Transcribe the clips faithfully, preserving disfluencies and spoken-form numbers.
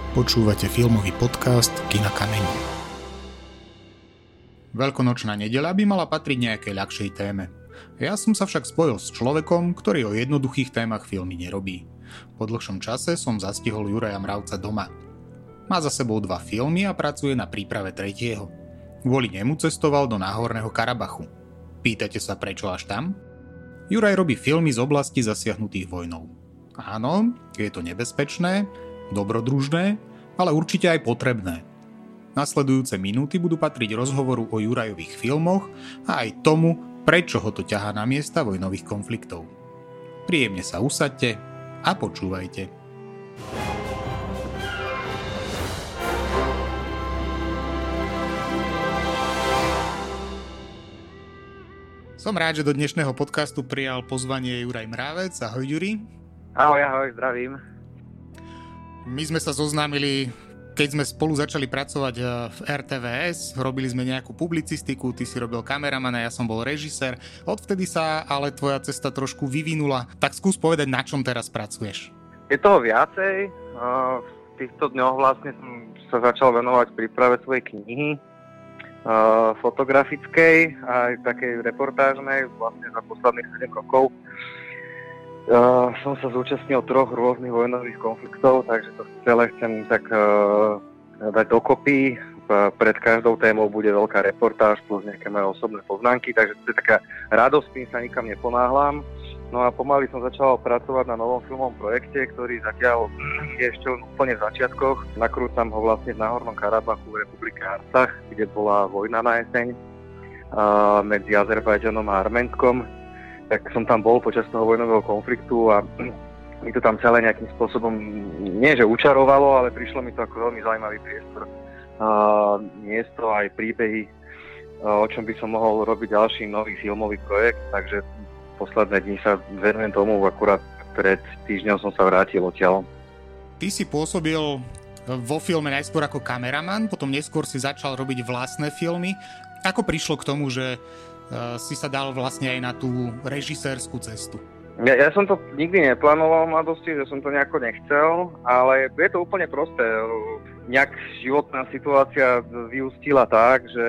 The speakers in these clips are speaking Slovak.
Počúvate filmový podcast Kina Kameň. Veľkonočná nedeľa by mala patriť nejakej ľahšej téme. Ja som sa však spojil s človekom, ktorý o jednoduchých témach filmy nerobí. Po dlhšom čase som zastihol Juraja Mravca doma. Má za sebou dva filmy a pracuje na príprave tretieho. Kvôli nemu cestoval do Náhorného Karabachu. Pýtate sa, prečo až tam? Juraj robí filmy z oblasti zasiahnutých vojnou. Áno, je to nebezpečné, dobrodružné, ale určite aj potrebné. Nasledujúce minúty budú patriť rozhovoru o Jurajových filmoch a aj tomu, prečo ho to ťahá na miesta vojnových konfliktov. Príjemne sa usaďte a počúvajte. Som rád, že do dnešného podcastu prijal pozvanie Juraj Mrávec. Ahoj, Juri. Ahoj, ahoj, zdravím. My sme sa zoznámili, keď sme spolu začali pracovať v er té vé es, robili sme nejakú publicistiku, ty si robil kameramana, ja som bol režisér. Odvtedy sa ale tvoja cesta trošku vyvinula. Tak skús povedať, na čom teraz pracuješ. Je toho viacej. V týchto dňoch vlastne som sa začal venovať príprave svojej knihy, fotografickej a aj takej reportážnej, vlastne za posledných sedem rokov. Uh, som sa zúčastnil troch rôznych vojnových konfliktov, takže to celé chcem tak uh, dať dokopy. Uh, pred každou témou bude veľká reportáž plus nejaké moje osobné poznámky, takže to je taká radosť, tým sa nikam neponáhľam. No a pomaly som začal pracovať na novom filmovom projekte, ktorý zatiaľ je ešte úplne v začiatkoch. Nakrúcam ho vlastne v Náhornom Karabachu v republike Artsach, kde bola vojna na jeseň uh, medzi Azerbajdžanom a Arménskom. Tak som tam bol počas toho vojnového konfliktu a mi to tam celé nejakým spôsobom, nie že učarovalo, ale prišlo mi to ako veľmi zaujímavý priestor. Uh, miesto aj príbehy, uh, o čom by som mohol robiť ďalší nový filmový projekt, takže posledné dni sa venujem tomu, akurát pred týždňom som sa vrátil odtiaľ. Ty si pôsobil vo filme najskôr ako kameraman, potom neskôr si začal robiť vlastné filmy. Ako prišlo k tomu, že si sa dal vlastne aj na tú režisérskú cestu? Ja, ja som to nikdy neplánoval v mladosti, že som to nejako nechcel, ale je to úplne prosté. Nejak životná situácia vyústila tak, že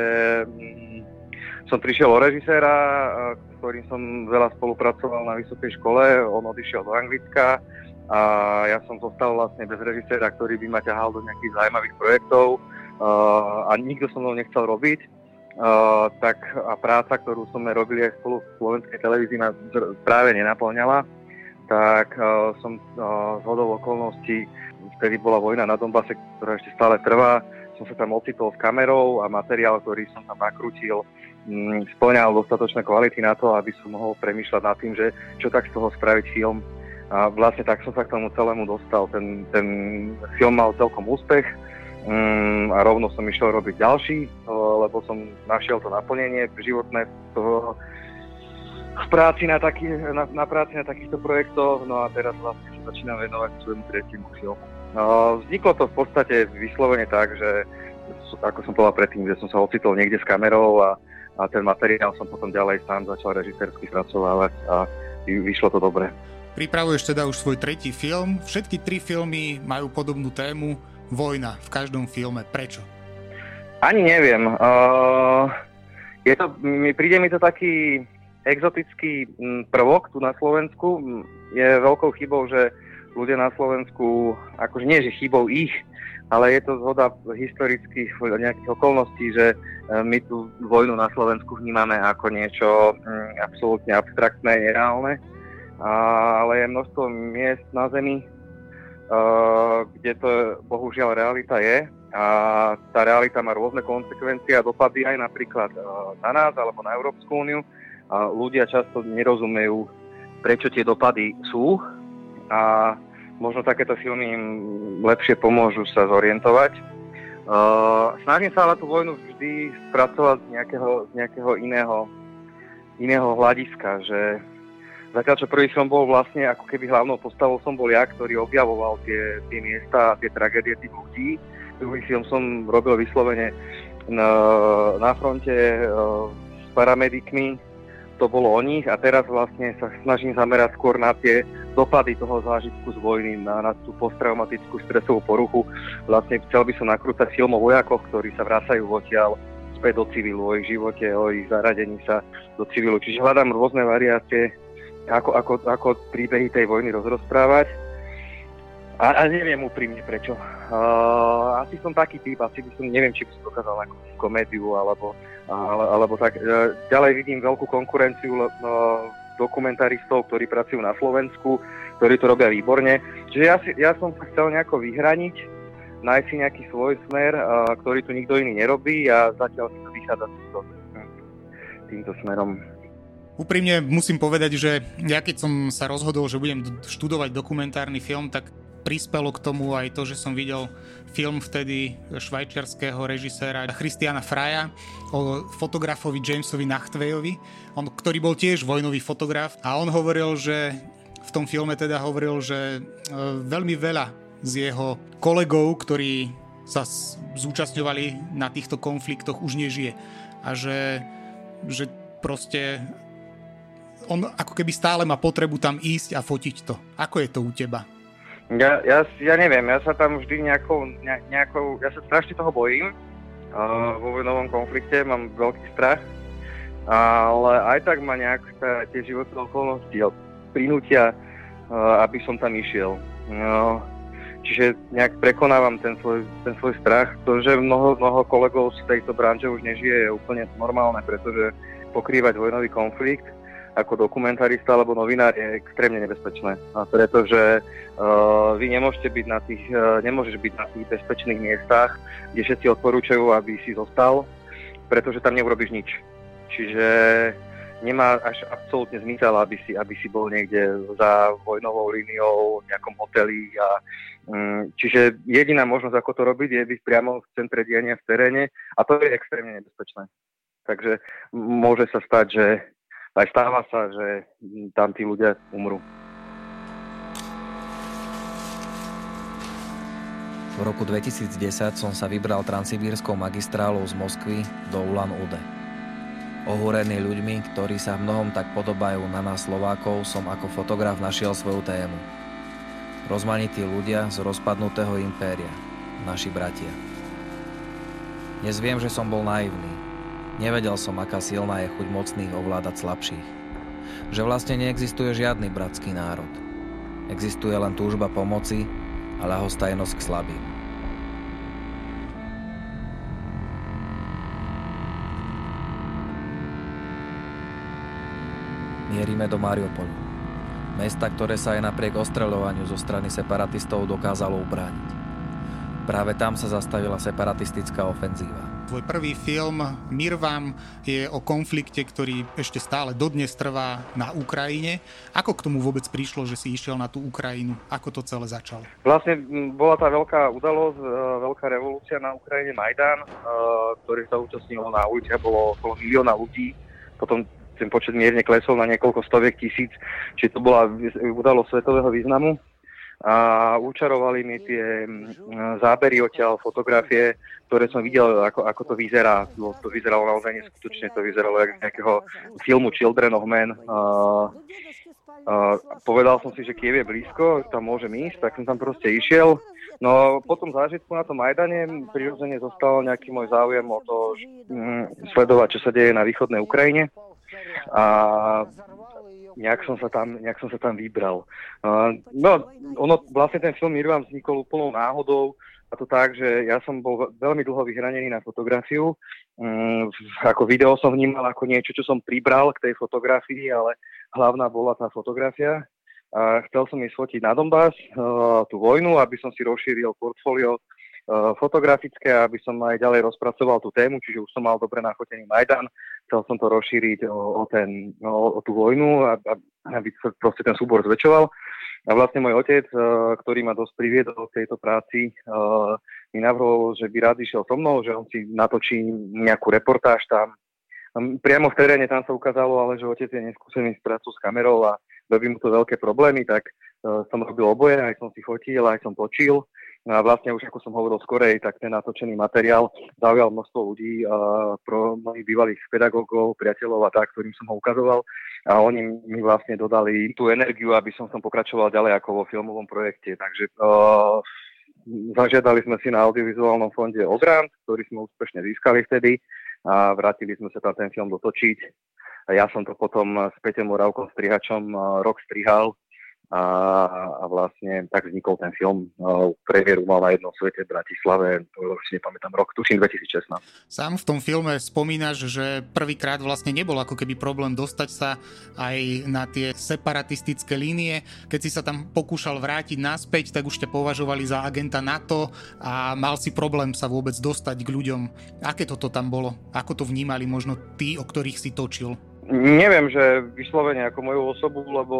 som prišiel o režiséra, s ktorým som veľa spolupracoval na vysokej škole, on odišiel do Anglicka a ja som zostal vlastne bez režiséra, ktorý by ma ťahal do nejakých zaujímavých projektov a nikto so mnou nechcel robiť. Uh, tak a práca, ktorú sme robili aj spolu v slovenskej televízii, ma práve nenaplňala, tak uh, som uh, z hodou okolností, vtedy bola vojna na Donbase, ktorá ešte stále trvá, som sa tam ocitol s kamerou a materiál, ktorý som tam nakrútil, um, spĺňal dostatočné kvality na to, aby som mohol premýšľať nad tým, že čo tak z toho spraviť film. A vlastne tak som sa k tomu celému dostal. Ten, ten film mal celkom úspech. Um, a rovno som išiel robiť ďalší, uh, lebo som našiel to naplnenie životné toho, v práci na, taký, na, na práci na takýchto projektoch, no a teraz vlastne sa začínam venovať svojmu tretiemu filmu. Uh, vzniklo to v podstate vyslovene tak, že ako som povedal predtým, že som sa ocitol niekde s kamerou a, a ten materiál som potom ďalej sám začal režisérsky spracovávať a vyšlo to dobre. Pripravuješ teda už svoj tretí film. Všetky tri filmy majú podobnú tému. Vojna v každom filme. Prečo? Ani neviem. Uh, je to, príde mi to taký exotický prvok tu na Slovensku. Je veľkou chybou, že ľudia na Slovensku, akože nie, že chybou ich, ale je to zhoda historických nejakých okolností, že my tú vojnu na Slovensku vnímame ako niečo absolútne abstraktné, nereálne. Uh, ale je množstvo miest na Zemi, Uh, kde to bohužiaľ realita je a tá realita má rôzne konsekvencie a dopady aj napríklad uh, na nás alebo na Európsku úniu a ľudia často nerozumejú, prečo tie dopady sú a možno takéto filmy im lepšie pomôžu sa zorientovať. Uh, snažím sa ale tú vojnu vždy spracovať z nejakého, z nejakého iného, iného hľadiska, že zatiaľ, čo prvý film bol vlastne ako keby hlavnou postavou som bol ja, ktorý objavoval tie, tie miesta a tie tragédie tých ľudí. Druhý film som robil vyslovene na, na fronte uh, s paramedikmi, to bolo o nich a teraz vlastne sa snažím zamerať skôr na tie dopady toho zážitku z vojny, na, na tú posttraumatickú stresovú poruchu. Vlastne chcel by som nakrúcať film o vojakoch, ktorí sa vracajú odtiaľ späť do civilu, o ich živote, o ich zaradení sa do civilu. Čiže hľadám rôzne variácie, ako, ako, ako príbehy tej vojny rozprávať. A, a neviem úprimne prečo. Uh, asi som taký typ, asi by som, neviem, či by som dokázal ako komédiu, alebo, ale, alebo tak. Uh, ďalej vidím veľkú konkurenciu uh, dokumentaristov, ktorí pracujú na Slovensku, ktorí to robia výborne. Čiže ja, si, ja som sa chcel nejako vyhraniť, nájsť si nejaký svoj smer, uh, ktorý tu nikto iný nerobí a zatiaľ si to vychádza týmto, týmto smerom. Úprimne musím povedať, že ja keď som sa rozhodol, že budem študovať dokumentárny film, tak prispelo k tomu aj to, že som videl film vtedy švajčiarskeho režiséra Christiana Freya o fotografovi Jamesovi Nachtweyovi, on, ktorý bol tiež vojnový fotograf a on hovoril, že v tom filme teda hovoril, že veľmi veľa z jeho kolegov, ktorí sa zúčastňovali na týchto konfliktoch, už nežije a že, že proste on ako keby stále má potrebu tam ísť a fotiť to. Ako je to u teba? Ja, ja, ja neviem, ja sa tam vždy nejakou, ne, nejakou, ja sa strašne toho bojím. Uh, vo vojnovom konflikte mám veľký strach, ale aj tak ma nejak tie životné okolnosti prinútia, uh, aby som tam išiel. Uh, čiže nejak prekonávam ten svoj, ten svoj strach. To, že mnoho, mnoho kolegov z tejto branže už nežije, je úplne normálne, pretože pokrývať vojnový konflikt ako dokumentarista alebo novinár je extrémne nebezpečné. A pretože uh, vy nemôžete byť na tých, uh, nemôžeš byť na tých bezpečných miestach, kde všetci odporúčajú, aby si zostal, pretože tam neurobíš nič. Čiže nemá až absolútne zmysel, aby si, aby si bol niekde za vojnovou líniou v nejakom hoteli. A, um, čiže jediná možnosť, ako to robiť, je byť priamo v centre diania v teréne a to je extrémne nebezpečné. Takže môže sa stať, že aj stáva sa, že tam tí ľudia umrú. V roku dvetisícdesať som sa vybral transsibírskou magistrálou z Moskvy do Ulan-Ude. Ohúrený ľuďmi, ktorí sa v mnohom tak podobajú na nás Slovákov, som ako fotograf našiel svoju tému. Rozmanití ľudia z rozpadnutého impéria, naši bratia. Dnes viem, že som bol naivný. Nevedel som, aká silná je chuť mocných ovládať slabších. Že vlastne neexistuje žiadny bratský národ. Existuje len túžba pomoci a ľahostajnosť k slabým. Mierime do Mariupolu. Mesta, ktoré sa aj napriek ostreľovaniu zo strany separatistov dokázalo ubrániť. Práve tam sa zastavila separatistická ofenzíva. Tvoj prvý film Mír vám je o konflikte, ktorý ešte stále dodnes trvá na Ukrajine. Ako k tomu vôbec prišlo, že si išiel na tú Ukrajinu? Ako to celé začalo? Vlastne bola tá veľká udalosť, veľká revolúcia na Ukrajine, Majdan, ktorý sa účastnilo na uliciach, bolo okolo milióna ľudí. Potom ten počet mierne klesol na niekoľko stoviek tisíc, čiže to bola udalosť svetového významu. A učarovali mi tie zábery odtiaľ, fotografie, ktoré som videl, ako, ako to vyzerá. No, to vyzeralo naozaj neskutočne, to vyzeralo jak z nejakého filmu Children of Men. Uh, uh, povedal som si, že Kiev je blízko, tam môžem ísť, tak som tam proste išiel. No po tom zážitku na tom Majdane prirodzene zostal nejaký môj záujem o to um, sledovať, čo sa deje na východnej Ukrajine. A nejak som sa tam, nejak som sa tam vybral. Uh, no, ono, vlastne ten film Mír vám vznikol úplnou náhodou, a to tak, že ja som bol veľmi dlho vyhranený na fotografiu. Um, ako video som vnímal ako niečo, čo som pribral k tej fotografii, ale hlavná bola tá fotografia. A chcel som ísť fotiť na Donbas, uh, tú vojnu, aby som si rozšíril portfólio uh, fotografické, aby som aj ďalej rozpracoval tú tému, čiže už som mal dobre nafotený Majdan. Chcel som to rozšíriť o, o, ten, o, o tú vojnu, aby sa proste ten súbor zväčšoval. A vlastne môj otec, ktorý ma dosť priviedol k tejto práci, mi navrhol, že by rád išiel so mnou, že on si natočí nejakú reportáž tam. Priamo v teréne tam sa ukázalo, ale že otec je neskúsený s prácou s kamerou a robí mu to veľké problémy, tak som robil oboje, aj som si fotil, aj som točil. No a vlastne už ako som hovoril skorej, tak ten natočený materiál zaujal množstvo ľudí, pro mojich bývalých pedagógov, priateľov a tak, ktorým som ho ukazoval. A oni mi vlastne dodali tú energiu, aby som som pokračoval ďalej ako vo filmovom projekte. Takže uh, zažiadali sme si na audiovizuálnom fonde o grant, ktorý sme úspešne získali vtedy a vrátili sme sa tam ten film dotočiť. A ja som to potom s Peťom Moravkom strihačom rok strihal. A, a vlastne tak vznikol ten film. Premiéru mal na Jednom svete v Bratislave, už si nepamätám rok, tuším dvetisícšestnásť. Sám v tom filme spomínaš, že prvýkrát vlastne nebol ako keby problém dostať sa aj na tie separatistické línie. Keď si sa tam pokúšal vrátiť naspäť, tak už ťa považovali za agenta NATO a mal si problém sa vôbec dostať k ľuďom. Aké toto tam bolo? Ako to vnímali možno tí, o ktorých si točil? Neviem, že vyslovene ako moju osobu, lebo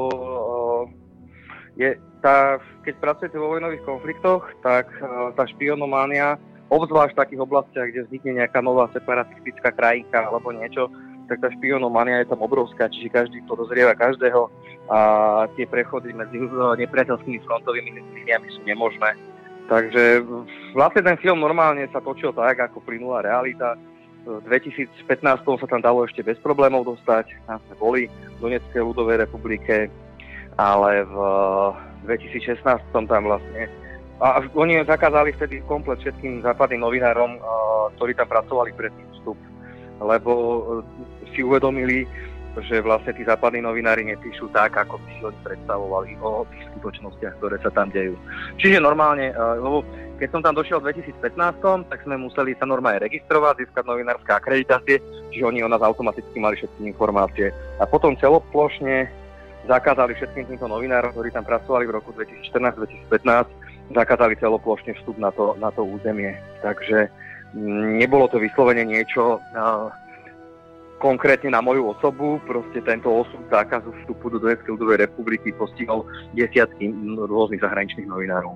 je tá, keď pracujete vo vojnových konfliktoch, tak tá špionománia, obzvlášť v takých oblastiach, kde vznikne nejaká nová separatistická krajinka alebo niečo, tak tá špionománia je tam obrovská, čiže každý podozrieva každého a tie prechody medzi nepriateľskými frontovými líniami sú nemožné. Takže vlastne ten film normálne sa točil tak, ako plynula realita. V dvetisícpätnásť sa tam dalo ešte bez problémov dostať, tam sme boli v Donetskej ľudovej republike, ale v dvetisícšestnásť tam vlastne... A oni zakázali vtedy komplet všetkým západným novinárom, ktorí tam pracovali predtým vstup, lebo si uvedomili, že vlastne tí západní novinári nepíšu tak, ako by si oni predstavovali o tých skutočnostiach, ktoré sa tam dejú. Čiže normálne, lebo keď som tam došiel v dvetisícpätnásť, tak sme museli sa normálne registrovať, získať novinárske akreditácie, čiže oni o nás automaticky mali všetky informácie. A potom celoplošne zakázali všetkým týmto novinárom, ktorí tam pracovali v roku dvetisícštrnásť dvetisícpätnásť, zakázali celoplošne vstup na to, na to územie. Takže nebolo to vyslovene niečo uh, konkrétne na moju osobu, proste tento osud zákazu vstupu do Donetskej ľudovej republiky postihol desiatky rôznych zahraničných novinárov.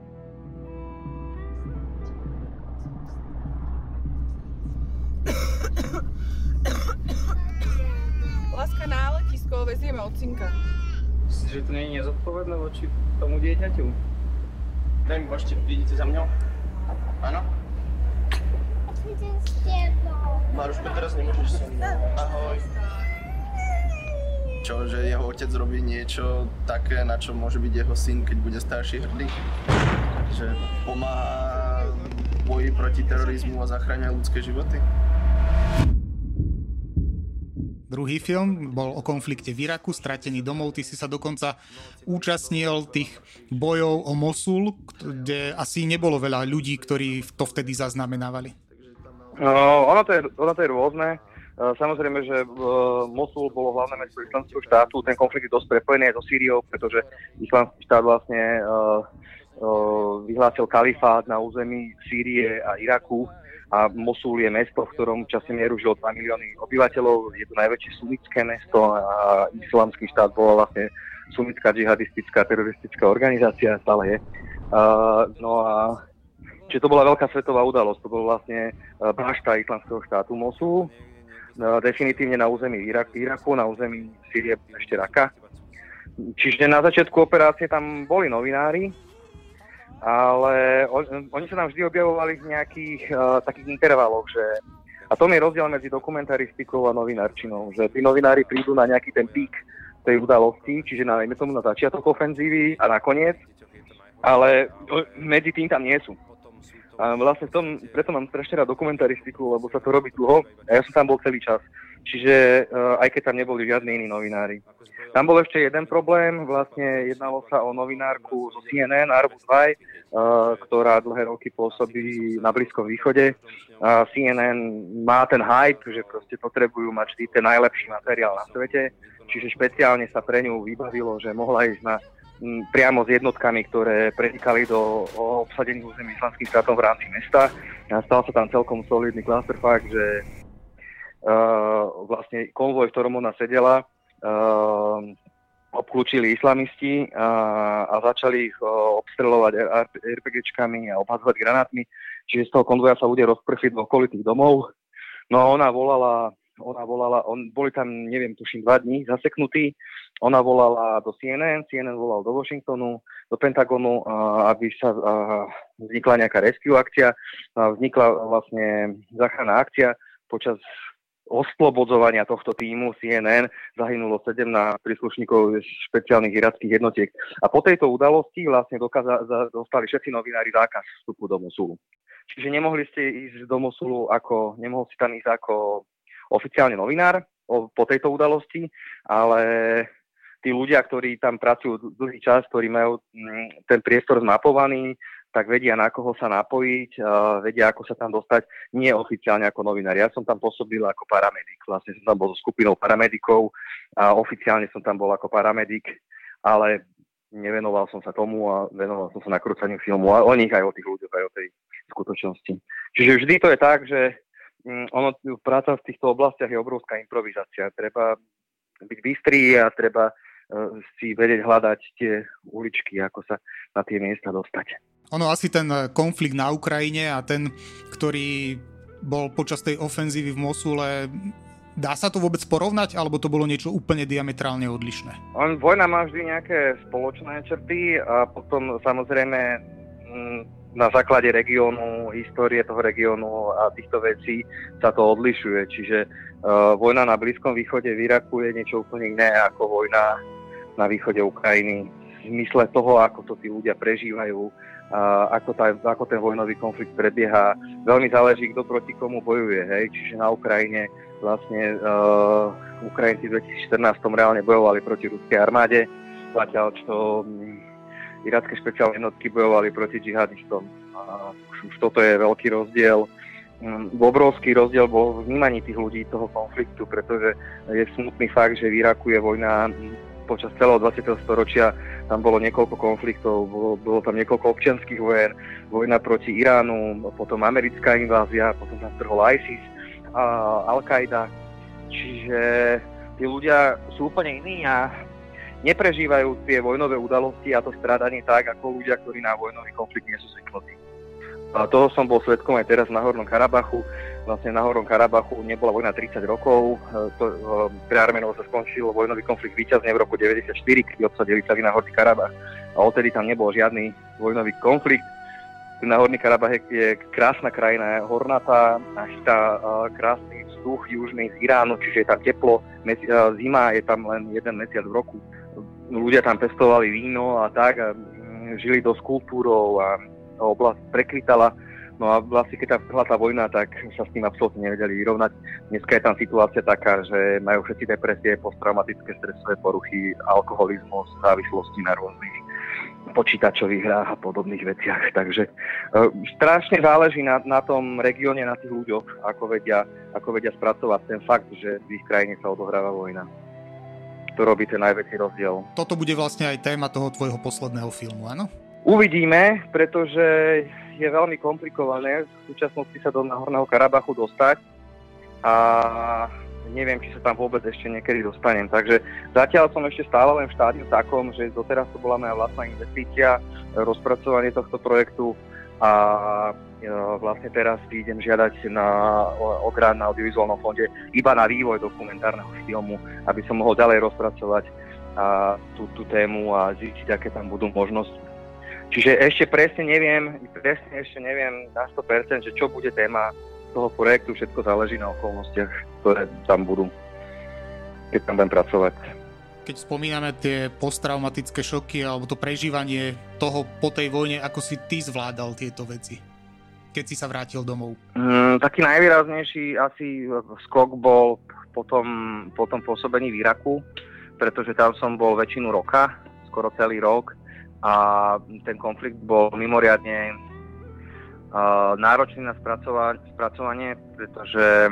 Láska na letisko vezieme od synka. Myslíš, že to nie je nezodpovedné voči tomu dieťaťu? Daj mi ešte, vidíte za mňou? Áno? Idem s tebou. Maruško, teraz nemôžeš so mnou. Ahoj. Čo, že jeho otec robí niečo také, na čo môže byť jeho syn, keď bude starší hrdý? Že pomáha boji proti terorizmu a zachráňa ľudské životy? Druhý film bol o konflikte v Iraku, Stratený domov. Ty si sa dokonca účastnil tých bojov o Mosul, kde asi nebolo veľa ľudí, ktorí to vtedy zaznamenávali. No, ono, to je, ono to je rôzne. Samozrejme, že Mosul bolo hlavné mesto Islamského štátu. Ten konflikt je dosť prepojený so Sýriou, pretože Islamský štát vlastne uh, uh, vyhlásil kalifát na území Sýrie a Iraku. A Mosul je mesto, v ktorom v čase mieru žilo dva milióny obyvateľov. Je to najväčšie sunnické mesto a Islamský štát bola vlastne sunnická džihadistická teroristická organizácia, stále je. Uh, no a čiže to bola veľká svetová udalosť. To bol vlastne bašta Islamského štátu Mosul. Uh, definitívne na území Irak, Iraku, na území Sýrie ešte Raka. Čiže na začiatku operácie tam boli novinári, ale on, oni sa tam vždy objavovali v nejakých uh, takých intervaloch, že a to je rozdiel medzi dokumentaristikou a novinárčinou, že tí novinári prídu na nejaký ten pík tej udalosti, čiže najmä tomu na začiatok ofenzívy a nakoniec, ale medzi tým tam nie sú. A vlastne v tom, preto mám strašne rád dokumentaristiku, lebo sa to robí dlho a ja som tam bol celý čas. Čiže uh, aj keď tam neboli žiadni iní novinári. Tam bol ešte jeden problém, vlastne jednalo sa o novinárku zo C N N, Arbu Zwei, uh, ktorá dlhé roky pôsobí na Blízkom východe. Uh, C N N má ten hype, že proste potrebujú mať vždy ten najlepší materiál na svete, čiže špeciálne sa pre ňu vybavilo, že mohla ísť na priamo s jednotkami, ktoré prenikali do obsadených území Islamským štátom v rámci mesta. A stal sa tam celkom solidný clusterfuck, že uh, vlastne konvoj, v ktorom ona sedela, uh, obklúčili islamisti a, a začali ich uh, obstreľovať RPGčkami a obhadzovať granátmi. Čiže z toho konvoja sa ľudia rozprchli do okolitých domov. No a ona volala ona volala, on, boli tam, neviem, tuším, dva dní zaseknutí, ona volala do C N N, C N N volal do Washingtonu, do Pentagonu, aby sa vznikla nejaká rescue akcia, vznikla vlastne záchranná akcia. Počas oslobodzovania tohto tímu C N N zahynulo sedemnásť príslušníkov špeciálnych irackých jednotiek. A po tejto udalosti vlastne dokáza, dostali všetci novinári zákaz vstupu do Mosulu. Čiže nemohli ste ísť do Mosulu ako, nemohol si tam ísť ako oficiálne novinár o, po tejto udalosti, ale tí ľudia, ktorí tam pracujú dlhý čas, ktorí majú m, ten priestor zmapovaný, tak vedia, na koho sa napojiť, uh, vedia, ako sa tam dostať, nie oficiálne ako novinár. Ja som tam pôsobil ako paramedik, vlastne som tam bol so skupinou paramedikov a oficiálne som tam bol ako paramedik, ale nevenoval som sa tomu a venoval som sa nakrúcaniu filmu a o nich aj o tých ľuďoch, aj o tej skutočnosti. Čiže vždy to je tak, že um, ono, práca v týchto oblastiach je obrovská improvizácia. Treba byť bystrý a treba si vedieť hľadať tie uličky, ako sa na tie miesta dostať. Ono asi ten konflikt na Ukrajine a ten, ktorý bol počas tej ofenzívy v Mosule, dá sa to vôbec porovnať, alebo to bolo niečo úplne diametrálne odlišné? On, vojna má vždy nejaké spoločné črty a potom samozrejme na základe regiónu, histórie toho regiónu a týchto vecí sa to odlišuje. Čiže uh, vojna na Blízkom východe v Iraku je niečo úplne iné ako vojna na východe Ukrajiny. V zmysle toho, ako to tí ľudia prežívajú, uh, ako, tá, ako ten vojnový konflikt prebieha. Veľmi záleží, kto proti komu bojuje. Hej? Čiže na Ukrajine vlastne uh, Ukrajinci v dvetisícštrnásť reálne bojovali proti ruskej armáde, zatiaľ čo um, iracké špeciálne jednotky bojovali proti džihadistom. Uh, už, už toto je veľký rozdiel. Um, obrovský rozdiel bol v vnímaní tých ľudí toho konfliktu, pretože je smutný fakt, že v Iraku je vojna počas celého dvadsiateho storočia, tam bolo niekoľko konfliktov, bolo, bolo tam niekoľko občianskych vojen, vojna proti Iránu, potom americká invázia, potom tam strhol ISIS, a Al-Qaida. Čiže tí ľudia sú úplne iní a neprežívajú tie vojnové udalosti a to strádanie tak, ako ľudia, ktorí na vojnový konflikt nie sú zvyknutí. A toho som bol svedkom aj teraz na Hornom Karabachu. Vlastne na Hornom Karabachu nebola vojna tridsať rokov. To, pre Arménov sa skončil vojnový konflikt víťazne v roku deväťdesiatštyri, keď obsadili celý na Horný Karabach. A odtedy tam nebol žiadny vojnový konflikt. Na Horný Karabach je krásna krajina, je hornatá, chytá krásny vzduch južný z Iránu, čiže je tam teplo, zima je tam len jeden mesiac v roku. Ľudia tam pestovali víno a tak, a žili dosť kultúrou a oblasť prekvitala. No a vlastne keď tam vplyvala tá vojna, tak sa s tým absolútne nevedeli vyrovnať. Dneska je tam situácia taká, že majú všetci depresie, posttraumatické stresové poruchy, alkoholizmus, závislosti na rôznych počítačových hrách a podobných veciach. Takže e, strašne záleží na, na tom regióne, na tých ľuďoch, ako vedia, ako vedia spracovať ten fakt, že v ich krajine sa odohráva vojna. To robí ten najväčší rozdiel. Toto bude vlastne aj téma toho tvojho posledného filmu, áno? Uvidíme, pretože je veľmi komplikované v súčasnosti sa do Horného Karabachu dostať a neviem, či sa tam vôbec ešte niekedy dostanem. Takže zatiaľ som ešte stále len v štádiu takom, že doteraz to bola moja vlastná investícia, rozpracovanie tohto projektu a vlastne teraz idem žiadať na, o grant na audiovizuálnom fonde iba na vývoj dokumentárneho filmu, aby som mohol ďalej rozpracovať a tú, tú tému a zistiť, aké tam budú možnosti. Čiže ešte presne neviem, presne ešte neviem na sto percent, že čo bude téma toho projektu, všetko záleží na okolnostiach, ktoré tam budú, keď tam budem pracovať. Keď spomíname tie posttraumatické šoky alebo to prežívanie toho po tej vojne, ako si ty zvládal tieto veci, keď si sa vrátil domov? Mm, taký najvýraznejší asi skok bol potom, potom pôsobení v Iraku, pretože tam som bol väčšinu roka, skoro celý rok, a ten konflikt bol mimoriadne uh, náročný na spracovanie, spracovanie pretože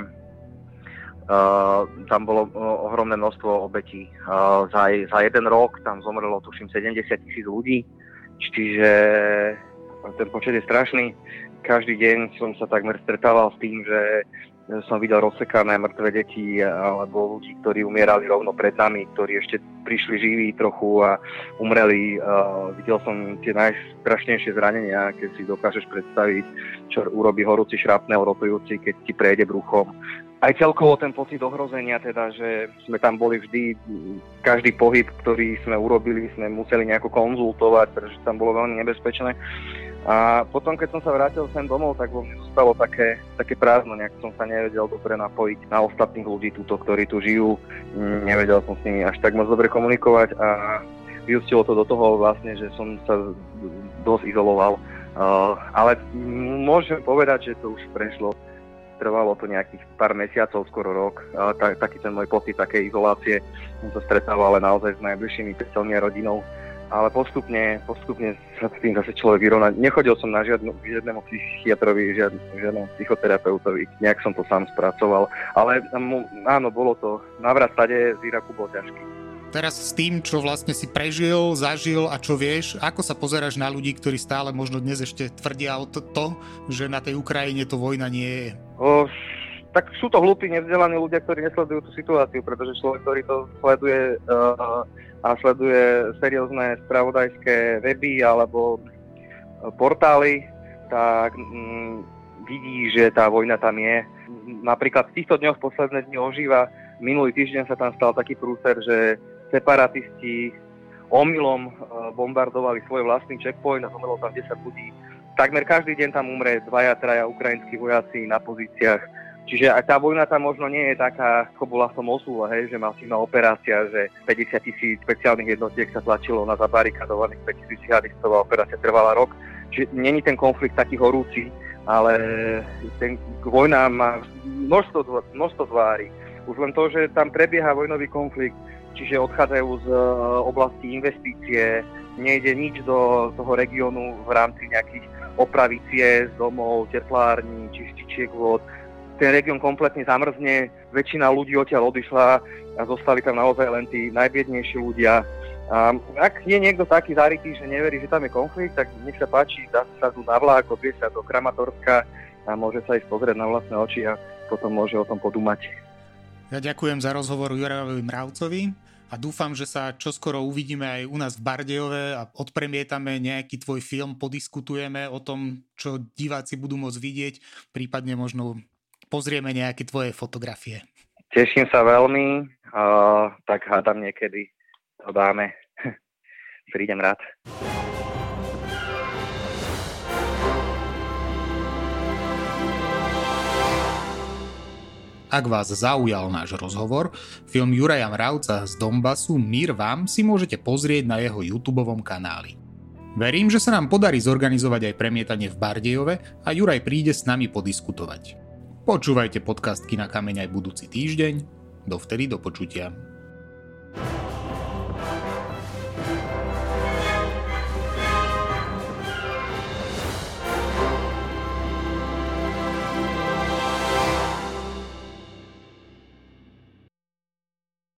uh, tam bolo uh, ohromné množstvo obetí. Uh, za, za jeden rok tam zomrelo tuším sedemdesiat tisíc ľudí, čiže ten počet je strašný. Každý deň som sa takmer stretával s tým, že som videl rozsekané mŕtve deti alebo ľudí, ktorí umierali rovno pred nami, ktorí ešte prišli živí trochu a umreli. Videl som tie najstrašnejšie zranenia, keď si dokážeš predstaviť, čo urobí horúci šrapnel rotujúci, keď ti prejde bruchom. Aj celkovo ten pocit ohrozenia, teda, že sme tam boli vždy, každý pohyb, ktorý sme urobili, sme museli nejako konzultovať, pretože tam bolo veľmi nebezpečné. A potom, keď som sa vrátil sem domov, tak vo mne zostalo také, také prázdno, nejak som sa nevedel dobre napojiť na ostatných ľudí túto, ktorí tu žijú. Nevedel som s nimi až tak moc dobre komunikovať a vyústilo to do toho vlastne, že som sa dosť izoloval. Uh, ale môžem povedať, že to už prešlo. Trvalo to nejakých pár mesiacov, skoro rok. Uh, tak, taký ten môj pocit takej izolácie. Som sa stretával ale naozaj s najbližšími priateľmi a rodinou. Ale postupne, postupne sa s tým zase človek vyrovná. Nechodil som na žiadnu, žiadnemu psychiatrovi, žiad, žiadnemu psychoterapeutovi. Nejak som to sám spracoval. Ale áno, bolo to. Návrat stade z Iraku bol ťažký. Teraz s tým, čo vlastne si prežil, zažil a čo vieš, ako sa pozeráš na ľudí, ktorí stále možno dnes ešte tvrdia o to, to že na tej Ukrajine to vojna nie je? O, tak sú to hlúpi, nevzdelaní ľudia, ktorí nesledujú tú situáciu, pretože človek, ktorý to sleduje uh, a sleduje seriózne spravodajské weby alebo portály, tak mm, vidí, že tá vojna tam je. Napríklad v týchto dňoch posledné dni ožíva. Minulý týždeň sa tam stal taký prúser, že separatisti omylom bombardovali svoj vlastný checkpoint a zomrelo tam desať ľudí. Takmer každý deň tam umre dvaja, traja ukrajinskí vojaci na pozíciách. Čiže aj tá vojna tam možno nie je taká, ako bola v tom Mosule, hej, že masívna operácia, že päťdesiat tisíc špeciálnych jednotiek sa tlačilo na zabarikadovaných päťtisíc jihadistov a operácia trvala rok. Čiže není ten konflikt taký horúci, ale ten vojna má množstvo, množstvo tvári. Už len to, že tam prebieha vojnový konflikt, čiže odchádzajú z oblasti investície, nejde nič do toho regiónu v rámci nejakých opravy ciest, domov, teplární, čističiek vôd. Ten región kompletne zamrzne, väčšina ľudí odtiaľ odišla a zostali tam naozaj len tí najbiednejší ľudia. A ak je niekto taký zarytý, že neverí, že tam je konflikt, tak nech sa páči, dá sa tu na vlák, odvie sa do Kramatorska a môže sa ísť pozrieť na vlastné oči a potom môže o tom podúmať. Ja ďakujem za rozhovor Jurajovi Mravcovi a dúfam, že sa čoskoro uvidíme aj u nás v Bardejove a odpremietame nejaký tvoj film, podiskutujeme o tom, čo diváci budú môcť vidieť, prípadne možno pozrieme nejaké tvoje fotografie. Teším sa veľmi, uh, tak hádam niekedy to dáme. Prídem rád. Ak vás zaujal náš rozhovor, film Juraja Mravca z Donbasu Mír vám si môžete pozrieť na jeho YouTubeovom kanáli. Verím, že sa nám podarí zorganizovať aj premietanie v Bardejove a Juraj príde s nami podiskutovať. Počúvajte podcast Kina Kameň aj budúci týždeň. Dovtedy do počutia.